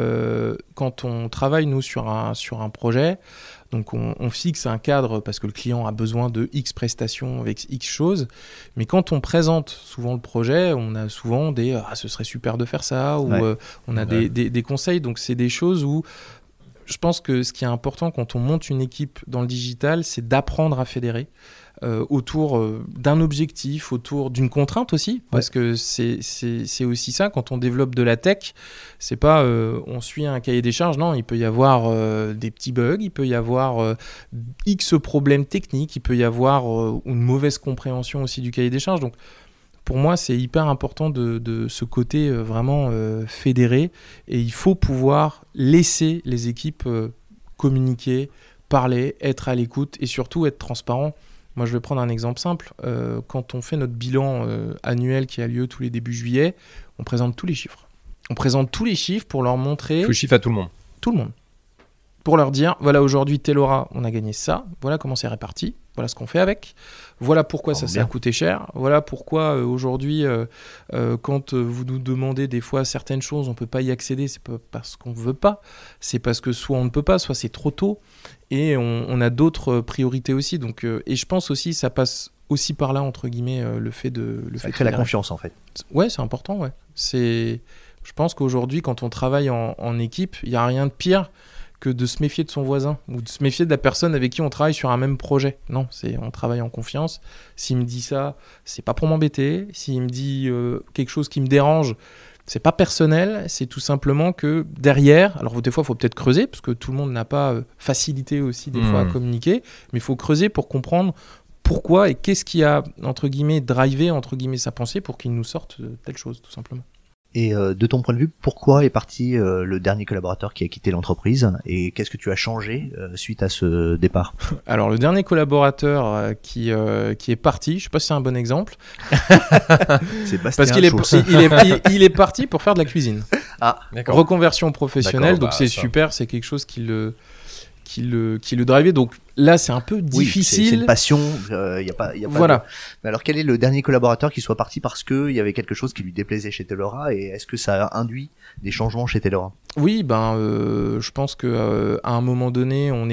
quand on travaille nous sur un projet, donc on fixe un cadre parce que le client a besoin de X prestations avec X choses, mais quand on présente souvent le projet, on a souvent des « ce serait super de faire ça » ou on a des conseils. Donc c'est des choses où je pense que ce qui est important quand on monte une équipe dans le digital, c'est d'apprendre à fédérer autour d'un objectif, autour d'une contrainte aussi, parce que c'est aussi ça, quand on développe de la tech, c'est pas on suit un cahier des charges, non, il peut y avoir des petits bugs, il peut y avoir X problèmes techniques, il peut y avoir une mauvaise compréhension aussi du cahier des charges, donc pour moi, c'est hyper important de ce côté vraiment fédéré, et il faut pouvoir laisser les équipes communiquer, parler, être à l'écoute et surtout être transparent. Moi, je vais prendre un exemple simple. Quand on fait notre bilan annuel qui a lieu tous les débuts juillet, on présente tous les chiffres. On présente tous les chiffres pour leur montrer... Tous les chiffres à tout le monde. Tout le monde. Pour leur dire, voilà, aujourd'hui, Tailora, on a gagné ça. Voilà comment c'est réparti. Voilà ce qu'on fait avec. Voilà pourquoi ça a coûté cher. Voilà pourquoi aujourd'hui, quand vous nous demandez des fois certaines choses, on ne peut pas y accéder. C'est pas parce qu'on ne veut pas. C'est parce que soit on ne peut pas, soit c'est trop tôt. Et on a d'autres priorités aussi. Donc, et je pense aussi ça passe aussi par là, entre guillemets, le fait de... Ça crée la confiance, en fait. Ouais, c'est important, ouais. Je pense qu'aujourd'hui, quand on travaille en équipe, il n'y a rien de pire que de se méfier de son voisin ou de se méfier de la personne avec qui on travaille sur un même projet. Non, on travaille en confiance. S'il me dit ça, c'est pas pour m'embêter. S'il me dit quelque chose qui me dérange, c'est pas personnel, c'est tout simplement que derrière, alors des fois il faut peut-être creuser, parce que tout le monde n'a pas facilité aussi des fois à communiquer, mais il faut creuser pour comprendre pourquoi et qu'est-ce qui a, entre guillemets, drivé, entre guillemets, sa pensée pour qu'il nous sorte telle chose, tout simplement. Et de ton point de vue, pourquoi est parti le dernier collaborateur qui a quitté l'entreprise et qu'est-ce que tu as changé suite à ce départ? Alors le dernier collaborateur qui est parti, je sais pas si c'est un bon exemple, c'est parce qu'il est parti pour faire de la cuisine. Ah, d'accord. Reconversion professionnelle, donc c'est super, c'est quelque chose qui le drivait. Donc là, c'est un peu difficile. C'est une passion. Y a pas voilà. Mais alors, quel est le dernier collaborateur qui soit parti parce que il y avait quelque chose qui lui déplaisait chez Tailora et est-ce que ça a induit des changements chez Tailora? Oui, je pense que à un moment donné, on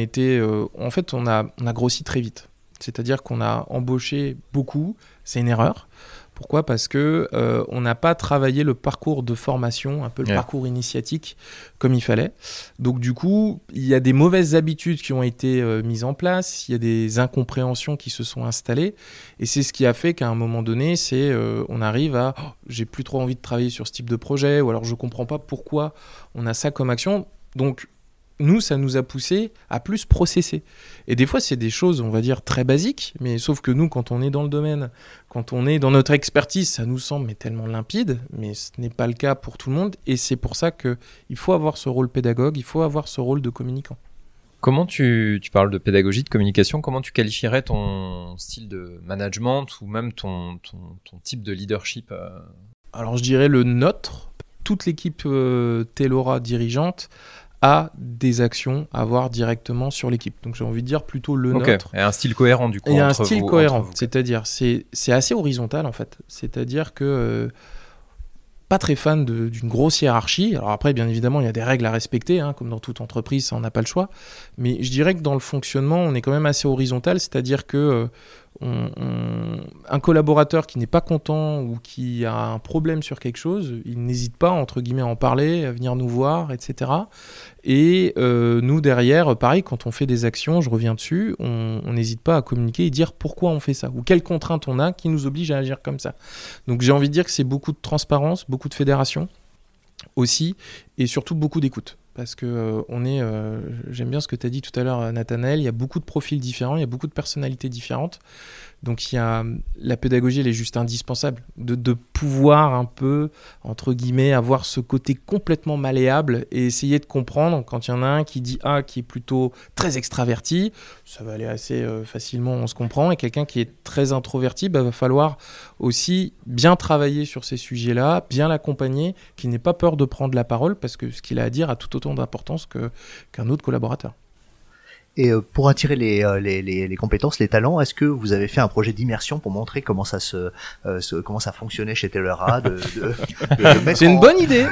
a grossi très vite. C'est-à-dire qu'on a embauché beaucoup. C'est une erreur. Pourquoi ? Parce que on n'a pas travaillé le parcours de formation, un peu le parcours initiatique comme il fallait. Donc du coup, il y a des mauvaises habitudes qui ont été mises en place, il y a des incompréhensions qui se sont installées, et c'est ce qui a fait qu'à un moment donné, on arrive à j'ai plus trop envie de travailler sur ce type de projet, ou alors je comprends pas pourquoi on a ça comme action. Donc nous, ça nous a poussé à plus processer. Et des fois, c'est des choses, on va dire, très basiques, mais sauf que nous, quand on est dans le domaine, quand on est dans notre expertise, ça nous semble tellement limpide, mais ce n'est pas le cas pour tout le monde. Et c'est pour ça qu'il faut avoir ce rôle pédagogue, il faut avoir ce rôle de communicant. Comment tu parles de pédagogie, de communication, comment tu qualifierais ton style de management ou même ton type de leadership Alors je dirais le nôtre. Toute l'équipe Telora dirigeante a des actions à voir directement sur l'équipe. Donc j'ai envie de dire plutôt le nôtre. Et un style cohérent du coup. Il y a un style cohérent, c'est-à-dire c'est assez horizontal en fait. C'est-à-dire que pas très fan d'une grosse hiérarchie. Alors après, bien évidemment, il y a des règles à respecter, hein, comme dans toute entreprise, ça, on n'a pas le choix. Mais je dirais que dans le fonctionnement, on est quand même assez horizontal, c'est-à-dire que un collaborateur qui n'est pas content ou qui a un problème sur quelque chose, il n'hésite pas, entre guillemets, à en parler, à venir nous voir, etc. Et nous, derrière, pareil, quand on fait des actions, je reviens dessus, on n'hésite pas à communiquer et dire pourquoi on fait ça, ou quelles contraintes on a qui nous obligent à agir comme ça. Donc j'ai envie de dire que c'est beaucoup de transparence, beaucoup de fédération aussi, et surtout beaucoup d'écoute. Parce que j'aime bien ce que tu as dit tout à l'heure, Nathanaël, il y a beaucoup de profils différents, il y a beaucoup de personnalités différentes. Donc la pédagogie, elle est juste indispensable, de pouvoir un peu, entre guillemets, avoir ce côté complètement malléable et essayer de comprendre quand il y en a un qui dit A, qui est plutôt très extraverti, ça va aller assez facilement, on se comprend, et quelqu'un qui est très introverti, va falloir aussi bien travailler sur ces sujets-là, bien l'accompagner, qui n'ait pas peur de prendre la parole, parce que ce qu'il a à dire a tout autant d'importance qu'un autre collaborateur. Et pour attirer les compétences, les talents, est-ce que vous avez fait un projet d'immersion pour montrer comment ça comment ça fonctionnait chez Telora C'est une bonne idée.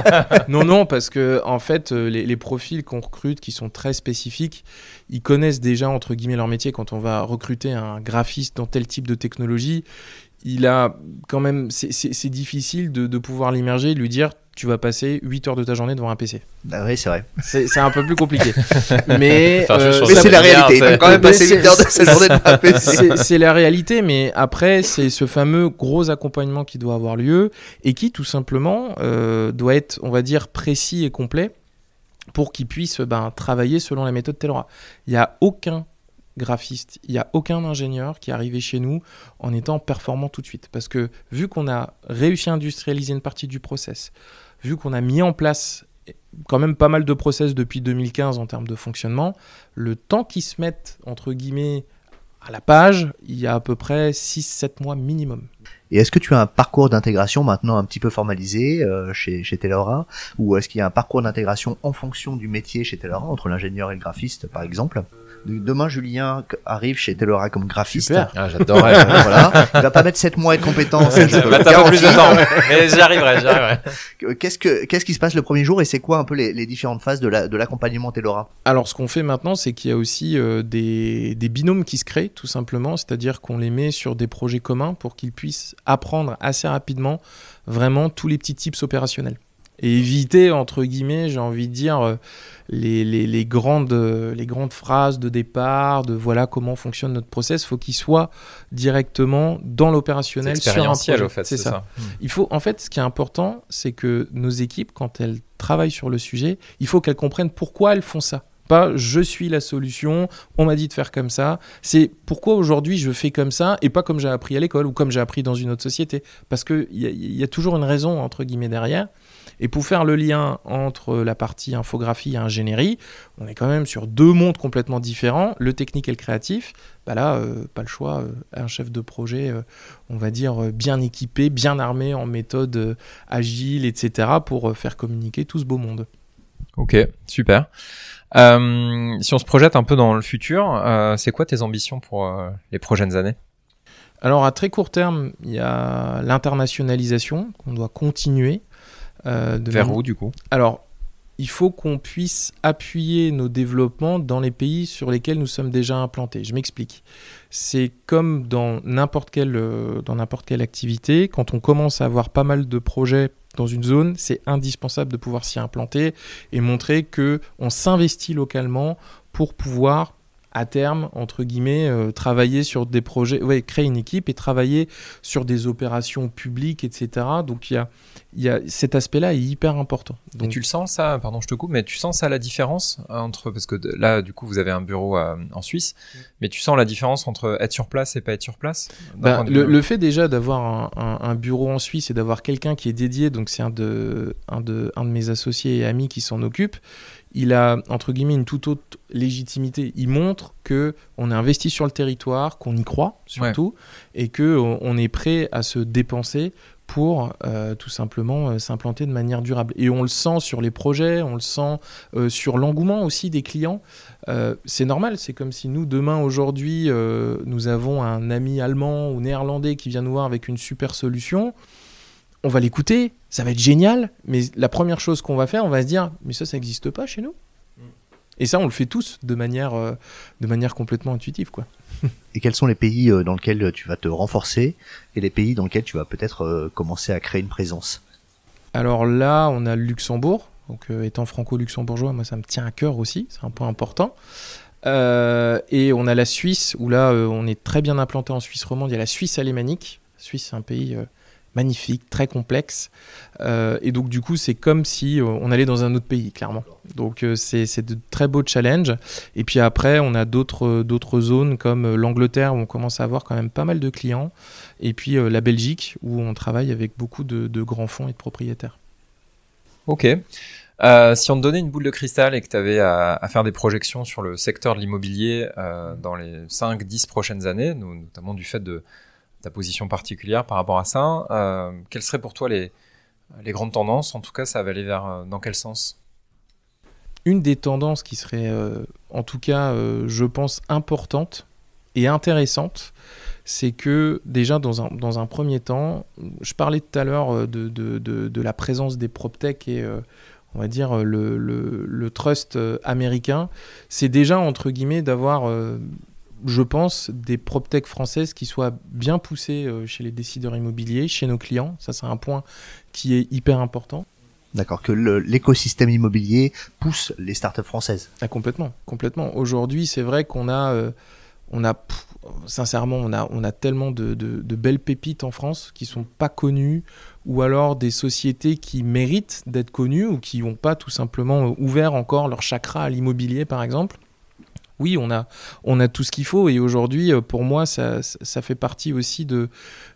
Non, parce que en fait, les profils qu'on recrute qui sont très spécifiques, ils connaissent déjà entre guillemets leur métier. Quand on va recruter un graphiste dans tel type de technologie, il a quand même, c'est difficile de pouvoir l'immerger, de lui dire tu vas passer 8 heures de ta journée devant un PC. Ah oui, c'est vrai. C'est un peu plus compliqué. Mais c'est la réalité. Il faut quand même passer 8 heures de sa journée devant un PC. C'est la réalité, mais après, c'est ce fameux gros accompagnement qui doit avoir lieu et qui, tout simplement, doit être, on va dire, précis et complet pour qu'il puisse travailler selon la méthode Telora. Il n'y a aucun graphiste, il n'y a aucun ingénieur qui est arrivé chez nous en étant performant tout de suite. Parce que vu qu'on a réussi à industrialiser une partie du process, vu qu'on a mis en place quand même pas mal de process depuis 2015 en termes de fonctionnement, le temps qu'ils se mettent, entre guillemets, à la page, il y a à peu près 6-7 mois minimum. Et est-ce que tu as un parcours d'intégration maintenant un petit peu formalisé chez Telora, ou est-ce qu'il y a un parcours d'intégration en fonction du métier chez Telora, entre l'ingénieur et le graphiste par exemple? Demain, Julien arrive chez Telora comme graphiste. Super. Ah, j'adorerais. Voilà. Il va pas mettre 7 mois de compétences. Ça va un peu plus de temps. Mais j'y arriverai. Qu'est-ce qui se passe le premier jour et c'est quoi un peu les différentes phases de l'accompagnement Telora? Alors, ce qu'on fait maintenant, c'est qu'il y a aussi des binômes qui se créent, tout simplement. C'est-à-dire qu'on les met sur des projets communs pour qu'ils puissent apprendre assez rapidement vraiment tous les petits tips opérationnels. Et éviter, entre guillemets, j'ai envie de dire, les grandes phrases de départ, de voilà comment fonctionne notre process. Il faut qu'il soit directement dans l'opérationnel sur un projet. Au fait, c'est ça. Il faut, en fait, ce qui est important, c'est que nos équipes, quand elles travaillent sur le sujet, il faut qu'elles comprennent pourquoi elles font ça. Pas je suis la solution, on m'a dit de faire comme ça. C'est pourquoi aujourd'hui je fais comme ça et pas comme j'ai appris à l'école ou comme j'ai appris dans une autre société. Parce qu'il y a toujours une raison, entre guillemets, derrière. Et pour faire le lien entre la partie infographie et ingénierie, on est quand même sur deux mondes complètement différents, le technique et le créatif. Là, pas le choix, un chef de projet, on va dire, bien équipé, bien armé en méthode agile, etc. pour faire communiquer tout ce beau monde. Ok, super. Si on se projette un peu dans le futur, c'est quoi tes ambitions pour les prochaines années ? Alors, à très court terme, il y a l'internationalisation qu'on doit continuer. Vers où, du coup ? Alors, il faut qu'on puisse appuyer nos développements dans les pays sur lesquels nous sommes déjà implantés. Je m'explique. C'est comme dans n'importe quelle activité, quand on commence à avoir pas mal de projets dans une zone, c'est indispensable de pouvoir s'y implanter et montrer qu'on s'investit localement pour pouvoir, à terme, entre guillemets, travailler sur des projets, créer une équipe et travailler sur des opérations publiques, etc. Donc, il y a cet aspect-là est hyper important. Donc, et tu le sens ça, pardon, je te coupe, mais tu sens ça la différence entre, parce que là, du coup, vous avez un bureau en Suisse, mais tu sens la différence entre être sur place et pas être sur place? Le fait déjà d'avoir un bureau en Suisse et d'avoir quelqu'un qui est dédié, donc c'est un de mes associés et amis qui s'en occupe, il a, entre guillemets, une toute autre légitimité. Il montre qu'on est investi sur le territoire, qu'on y croit, surtout, et qu'on est prêt à se dépenser pour tout simplement s'implanter de manière durable. Et on le sent sur les projets, on le sent sur l'engouement aussi des clients. C'est normal, c'est comme si nous, demain, aujourd'hui, nous avons un ami allemand ou néerlandais qui vient nous voir avec une super solution. On va l'écouter, ça va être génial, mais la première chose qu'on va faire, on va se dire « mais ça n'existe pas chez nous ». Et ça, on le fait tous de manière complètement intuitive, quoi. Et quels sont les pays dans lesquels tu vas te renforcer et les pays dans lesquels tu vas peut-être commencer à créer une présence? Alors là, on a le Luxembourg. Donc, étant franco-luxembourgeois, moi, ça me tient à cœur aussi. C'est un point important. Et on a la Suisse, où là, on est très bien implanté en Suisse romande. Il y a la Suisse alémanique. La Suisse, c'est un pays magnifique, très complexe. Et donc, du coup, c'est comme si on allait dans un autre pays, clairement. Donc, c'est de très beaux challenges. Et puis après, on a d'autres zones comme l'Angleterre, où on commence à avoir quand même pas mal de clients. Et puis la Belgique, où on travaille avec beaucoup de grands fonds et de propriétaires. Ok. Si on te donnait une boule de cristal et que tu avais à faire des projections sur le secteur de l'immobilier dans les 5-10 prochaines années, notamment du fait de ta position particulière par rapport à ça, quelles seraient pour toi les grandes tendances? En tout cas, ça va aller vers dans quel sens? Une des tendances qui serait, en tout cas, je pense, importante et intéressante, c'est que déjà, dans un premier temps, je parlais tout à l'heure de la présence des PropTech et on va dire le trust américain. C'est déjà, entre guillemets, d'avoir, je pense, des PropTech françaises qui soient bien poussées chez les décideurs immobiliers, chez nos clients. Ça, c'est un point qui est hyper important. D'accord, que l'écosystème immobilier pousse les startups françaises. Ah, complètement. Aujourd'hui, c'est vrai qu'on a sincèrement, on a tellement de belles pépites en France qui sont pas connues, ou alors des sociétés qui méritent d'être connues ou qui n'ont pas tout simplement ouvert encore leur chakra à l'immobilier, par exemple. Oui, on a tout ce qu'il faut, et aujourd'hui, pour moi, ça fait partie aussi d'une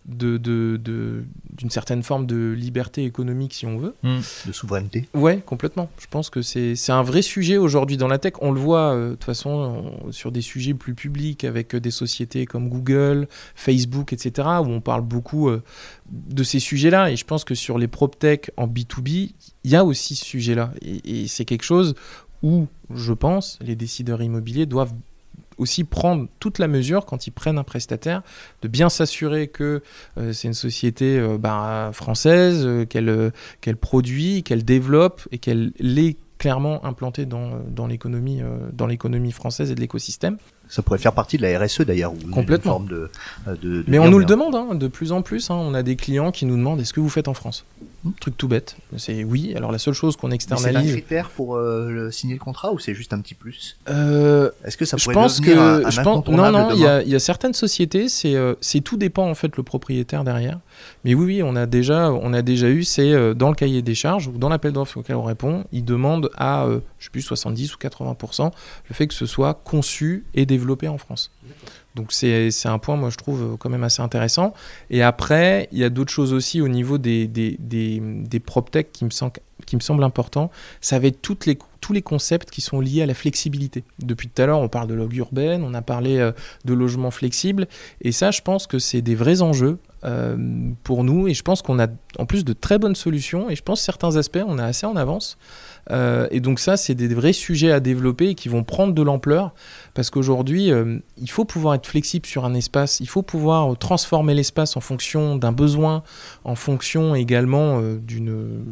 certaine forme de liberté économique, si on veut. De souveraineté. Ouais, complètement. Je pense que c'est un vrai sujet aujourd'hui dans la tech. On le voit de toute façon sur des sujets plus publics avec des sociétés comme Google, Facebook, etc., où on parle beaucoup de ces sujets-là. Et je pense que sur les PropTech en B2B, il y a aussi ce sujet-là. Et c'est quelque chose où, je pense, les décideurs immobiliers doivent aussi prendre toute la mesure quand ils prennent un prestataire, de bien s'assurer que c'est une société française, qu'elle produit, qu'elle développe et qu'elle est clairement implantée dans l'économie française et de l'écosystème. Ça pourrait faire partie de la RSE d'ailleurs. Complètement. Une forme de Mais on nous le demande de plus en plus. On a des clients qui nous demandent: est-ce que vous faites en France? Truc tout bête. C'est oui. Alors la seule chose qu'on externalise. C'est un critère pour signer le contrat ou c'est juste un petit plus? Est-ce que ça pourrait devenir un incontournable demain? Il y a certaines sociétés, c'est tout dépend en fait le propriétaire derrière. Mais oui, on a déjà eu, c'est dans le cahier des charges ou dans l'appel d'offres auquel on répond, ils demandent à, je sais plus, 70 ou 80% le fait que ce soit conçu et développé en France. Donc c'est un point, moi je trouve quand même assez intéressant. Et après, il y a d'autres choses aussi au niveau des PropTech qui me semblent importants. Ça va être tous les concepts qui sont liés à la flexibilité. Depuis tout à l'heure, on parle de log urbaine, on a parlé de logement flexible. Et ça, je pense que c'est des vrais enjeux pour nous. Et je pense qu'on a en plus de très bonnes solutions. Et je pense que certains aspects, on est assez en avance. Et donc ça, c'est des vrais sujets à développer et qui vont prendre de l'ampleur parce qu'aujourd'hui, il faut pouvoir être flexible sur un espace, il faut pouvoir transformer l'espace en fonction d'un besoin, en fonction également d'une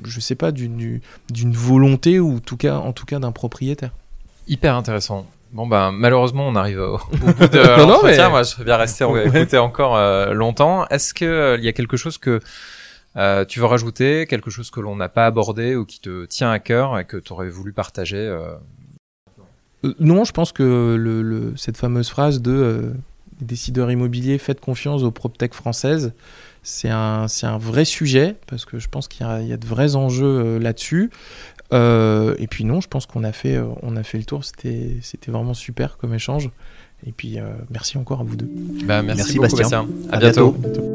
volonté ou en tout cas d'un propriétaire. Hyper intéressant. Bon malheureusement on arrive au bout de l'entretien. Moi je serais bien resté écouter encore longtemps. Est-ce que il y a quelque chose que tu veux rajouter, quelque chose que l'on n'a pas abordé ou qui te tient à cœur et que tu aurais voulu partager? Non, je pense que cette fameuse phrase de les décideurs immobiliers, faites confiance aux PropTech françaises, c'est un vrai sujet parce que je pense qu'il y a de vrais enjeux là-dessus. Et puis non, je pense qu'on a fait le tour. C'était vraiment super comme échange. Et puis merci encore à vous deux. Merci beaucoup, Bastien. À bientôt.